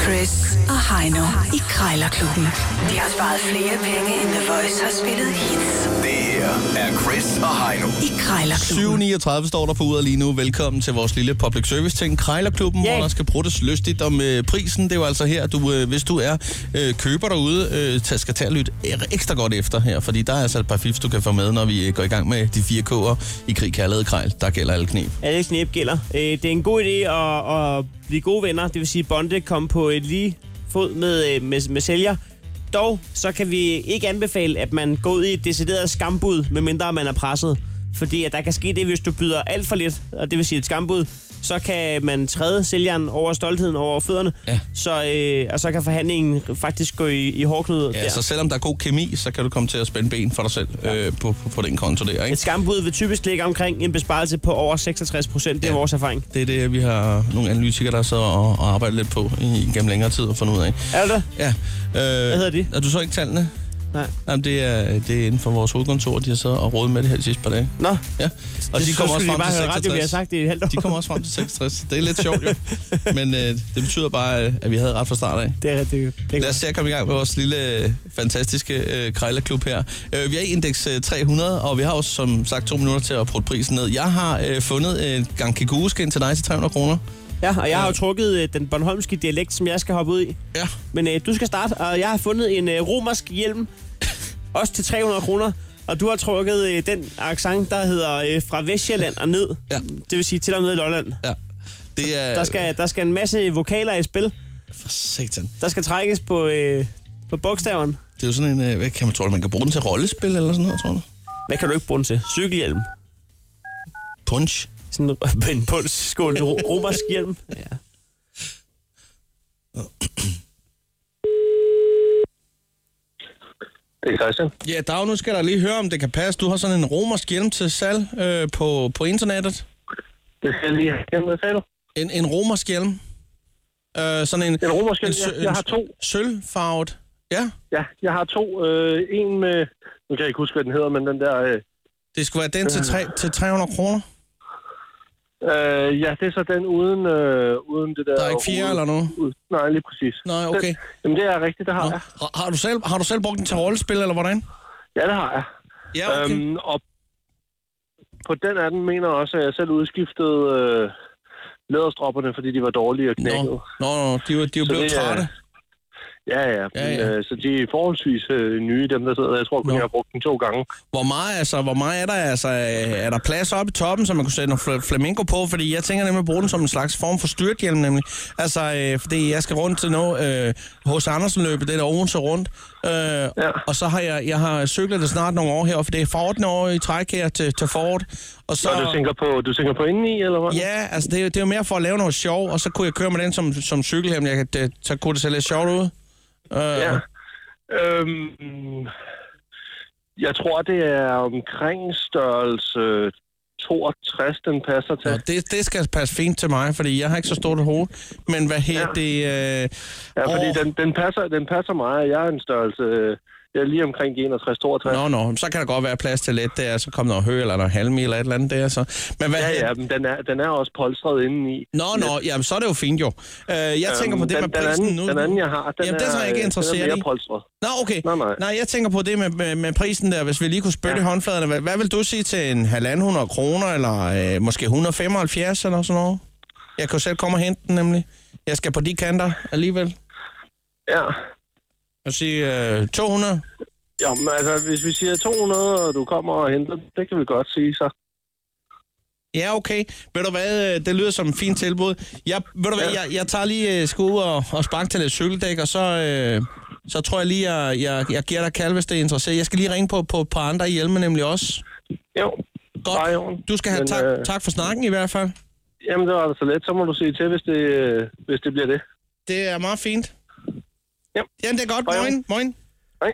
Chris og Heino i Krejlerklubben. De har sparet flere penge, end The Voice har spillet hits. Det her er Chris og Heino i Krejlerklubben. 7.39 står der på uret lige nu. Velkommen til vores lille public service ting, Krejlerklubben, hvor der skal pruttes lystigt om prisen. Det er jo altså her, du, hvis du er køber derude, skal tage og lytte ekstra godt efter her, fordi der er altså et par fifs, du kan få med, når vi går i gang med de 4 K'er i Krig, Kærlighed, Krejl. Der gælder alle knep. Alle knep gælder. Det er en god idé at blive gode venner, det vil sige bonde, komme på et lige fod med sælger. Dog, så kan vi ikke anbefale, at man går ud i et decideret skambud, medmindre man er presset. Fordi at der kan ske det, hvis du byder alt for lidt, og det vil sige et skambud, så kan man træde sælgeren over stoltheden over fødderne, og så kan forhandlingen faktisk gå i hårdknude. Ja, så selvom der er god kemi, så kan du komme til at spænde ben for dig selv på den konto der, ikke? Et skambud vil typisk ligge omkring en besparelse på over 66%, det er vores erfaring. Det er det, vi har nogle analytikere, der sidder og arbejder lidt på gennem længere tid og fundet ud af. Er det det? Ja. Hvad hedder de? Er du så ikke tallene? Nej. Jamen, det er inden for vores hovedkontor, de har siddet og rådet med det her de sidste par dage. Nå. Ja. Og de kommer også frem til 66. Radio, vi har sagt det i et halvt år. De kommer også frem til 66. Det er lidt sjovt, jo. Men det betyder bare, at vi havde ret fra start af. Det er rigtigt. Lad os se at komme i gang med vores lille, fantastiske krejlerklub her. Vi er i indeks 300, og vi har også som sagt 2 minutter til at prutte prisen ned. Jeg har fundet en gang kikugeskin til dig til 300 kroner. Ja, og jeg har jo trukket den bornholmske dialekt, som jeg skal hoppe ud i. Ja. Men du skal starte, og jeg har fundet en romersk hjelm, også til 300 kroner. Og du har trukket den accent, der hedder fra Vestjylland og ned. Ja. Det vil sige til og med i Lolland. Ja. Det er... Der skal en masse vokaler i spil. For satan. Der skal trækkes på bogstaverne. Det er jo sådan en... Hvad kan man tro, man kan bruge den til rollespil eller sådan noget, tror du? Hvad kan du ikke bruge den til? Cykelhjelm. Punch. Sådan en punch-skål romersk hjelm. Ja. Det er Christian. Ja, Dag, nu skal der lige høre, om det kan passe. Du har sådan en romersk hjelm til salg på internettet. Det skal jeg lige have. Hvad sagde du? En romersk hjelm. Sådan en romersk hjelm? Jeg har 2. Sølvfarvet. Ja? Ja, jeg har 2. En med... Nu kan jeg ikke huske, hvad den hedder, men den der... Det skulle være den til 300 kroner? Ja, det er så den uden det der... Der er ikke 4 eller noget? Nej, lige præcis. Nej, okay. Jamen, det er rigtigt, det har jeg. Har du selv brugt den til rollespil, eller hvordan? Ja, det har jeg. Ja, okay. Og på den af den mener også, at jeg selv udskiftede læderstropperne, fordi de var dårlige og knækkede. Nå, de er jo blevet trætte. Ja. Så de er forholdsvis nye, dem der sidder der. Jeg tror kun, jeg har brugt dem 2 gange. Hvor meget er der? Altså, er der plads oppe i toppen, så man kunne sætte noget flamingo på? Fordi jeg tænker nemlig at bruge den som en slags form for styrthjelm, nemlig. Altså, fordi jeg skal rundt til noget hos Andersen-løbet, det er der Odense rundt. Og så har jeg har cyklet det snart nogle år her, for det er 14 år i træk her til foråret. Og så du tænker på indeni, eller hvad? Ja, altså det er jo mere for at lave noget sjov, og så kunne jeg køre med den som cykelhjelm. Så kunne det se lidt sjovt ud. Ja. Jeg tror, det er omkring størrelse 62, den passer til. Nå, det skal passe fint til mig, fordi jeg har ikke så stort hoved. Men hvad hedder det? Ja, fordi den passer mig. Jeg er en størrelse... Jeg er lige omkring 61-62. Nå, så kan der godt være plads til lidt der, så kommer noget hø eller noget halmi eller et eller andet der. Så. Men hvad men den er også polstret indeni. Nå, jamen så er det jo fint jo. Jeg tænker på det med prisen nu. Den anden, jeg har, den er jeg ikke interesseret i. Den er mere polstret. Nå, okay. Nej, jeg tænker på det med prisen der, hvis vi lige kunne spytte i håndfladerne. Hvad vil du sige til en 1.500 kroner, eller måske 175 eller sådan noget? Jeg kan jo selv komme og hente den nemlig. Jeg skal på de kanter alligevel. Ja. Og sige 200? Jamen altså, hvis vi siger 200, og du kommer og henter, det kan vi godt sige så. Ja, okay. Ved du hvad, det lyder som en fin tilbud. Jeg tager lige skud og spark til lidt cykeldæk, og så tror jeg lige, jeg giver dig kald, hvis det er interesseret. Jeg skal lige ringe på et par andre hjelme nemlig også. Jo. Godt. Du skal have tak for snakken i hvert fald. Jamen, det var så let. Så må du sige til, hvis det bliver det. Det er meget fint. Ja. Jamen, det er godt. Moin. Hej.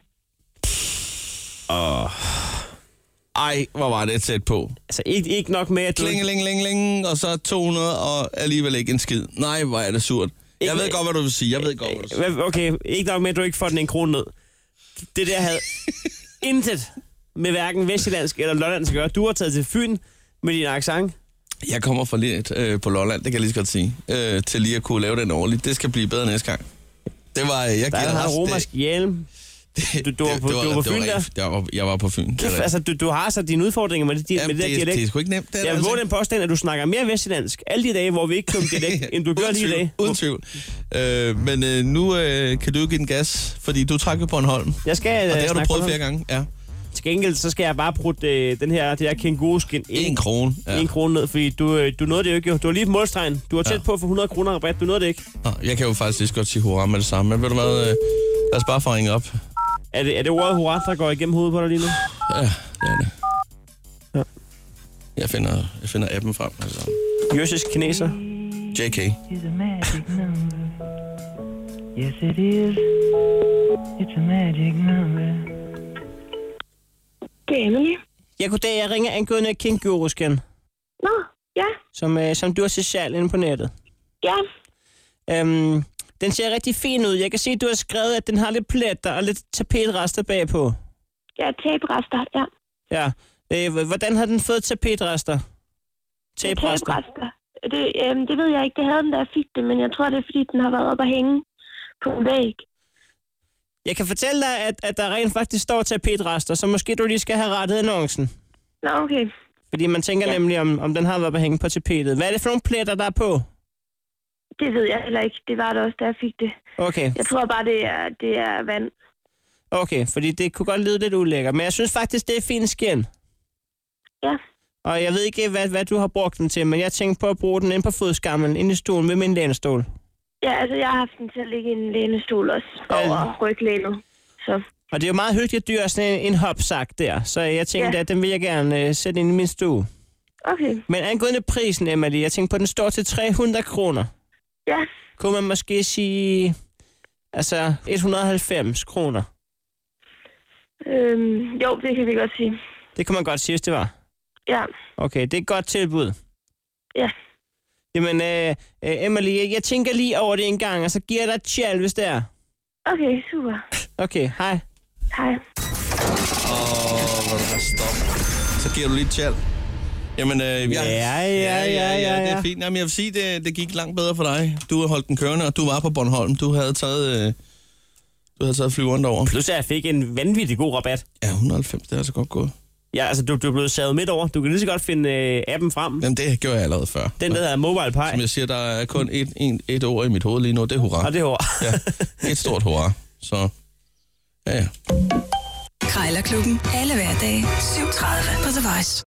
Ej, hvor var det tæt på. Altså, ikke nok med, at du... Klingeling, og så 200, og alligevel ikke en skid. Nej, hvor er det surt. Jeg ved godt, hvad du vil sige. Okay, ikke nok med, at du ikke får den en krone ned. Det der havde intet med hverken vestjyllandsk eller lollandsk at gøre. Du har taget til Fyn med din accent. Jeg kommer for lidt på Lolland, det kan jeg lige så godt sige. Til lige at kunne lave den ordentligt. Det skal blive bedre næste gang. Det var, jeg Der giver har en ret. romersk hjelm. Du var på Fyn der? Jeg var på Fyn. Kæft, altså, du har så dine udfordringer med det der dialekt. Det er sgu ikke nemt. Jeg vil våge den påstand, at du snakker mere vestjyllandsk alle de dage, hvor vi ikke kom dialekt, end du gør lige i dag. Uden tvivl. Men nu kan du jo give den gas, fordi du trak jo på en Holm. Jeg skal og det har du prøvet flere gange, ja. Til gengæld, så skal jeg bare bruge det her kænguruskin 1 krone. Ja. 1 krone ned, fordi du nåede det jo ikke. Du var lige på målstregen. Du var tæt på for 100 kroner rabat. Du nåede det ikke. Jeg kan jo faktisk lige så godt sige hurra med det samme. Men ved du hvad, lad os bare få ringet op. Er det ordet hurra, der går igennem hovedet på dig lige nu? Ja, det er det. Ja. Jeg finder appen frem. Altså. Jøssisk kineser. JK. Is a magic number. Yes, it is. It's a magic number. Det er Emily. Ja, goddag. Jeg ringer angående kænguruskin, Nå, ja. som du har set selv inde på nettet. Ja. Den ser rigtig fin ud. Jeg kan se, at du har skrevet, at den har lidt pletter og lidt tapetrester bagpå. Ja, taberester, ja. Ja. Hvordan har den fået tapetrester? Taberester? Det ved jeg ikke. Det havde den, da jeg fik det, men jeg tror, det er, fordi den har været oppe at hænge på en væg. Jeg kan fortælle dig, at der rent faktisk står tapetrester, så måske du lige skal have rettet annoncen. Nå, okay. Fordi man tænker nemlig, om den har været oppe at hænge på tapetet. Hvad er det for nogle pletter, der er på? Det ved jeg heller ikke. Det var det også, da jeg fik det. Okay. Jeg tror bare, det er vand. Okay, fordi det kunne godt lyde lidt ulækkert. Men jeg synes faktisk, det er fint skin. Ja. Og jeg ved ikke, hvad du har brugt den til, men jeg tænkte på at bruge den ind på fodskamlen, inde i stolen ved min lænestol. Ja, altså jeg har haft den til at ligge i en lænestol også, over ryglænet. Så. Og det er jo meget hyggeligt dyr, sådan en hopsak der. Så jeg tænkte, at den vil jeg gerne sætte ind i min stue. Okay. Men angående prisen, Emily, jeg tænkte på, at den står til 300 kroner. Ja. Kunne man måske sige, 190 kroner? Jo, det kan vi godt sige. Det kunne man godt sige, hvis det var. Ja. Okay, det er et godt tilbud. Ja. Jamen, Emily, jeg tænker lige over det en gang, og så giver jeg dig et tjal, hvis det er. Okay, super. Okay, hej. Hej. Hvor du stop. Så giver du lige et tjal. Jamen, Ja, det er fint. Jamen, jeg vil sige, det gik langt bedre for dig. Du har holdt den kørende, og du var på Bornholm. Du havde taget flyveren derover. Plus at jeg fik en vanvittig god rabat. Ja, 190, det er altså godt gået. Ja, altså du er blevet savet midt over. Du kan lige så godt finde appen frem. Jamen, det gjorde jeg allerede før. Den der hedder Mobile Pie. Som jeg siger, der er kun et ord i mit hoved lige nu, det er hurra. Og det er hurra. Ja, et stort hurra. Så, ja. Krejlerklubben. Alle hverdage. 7:30 på The Voice.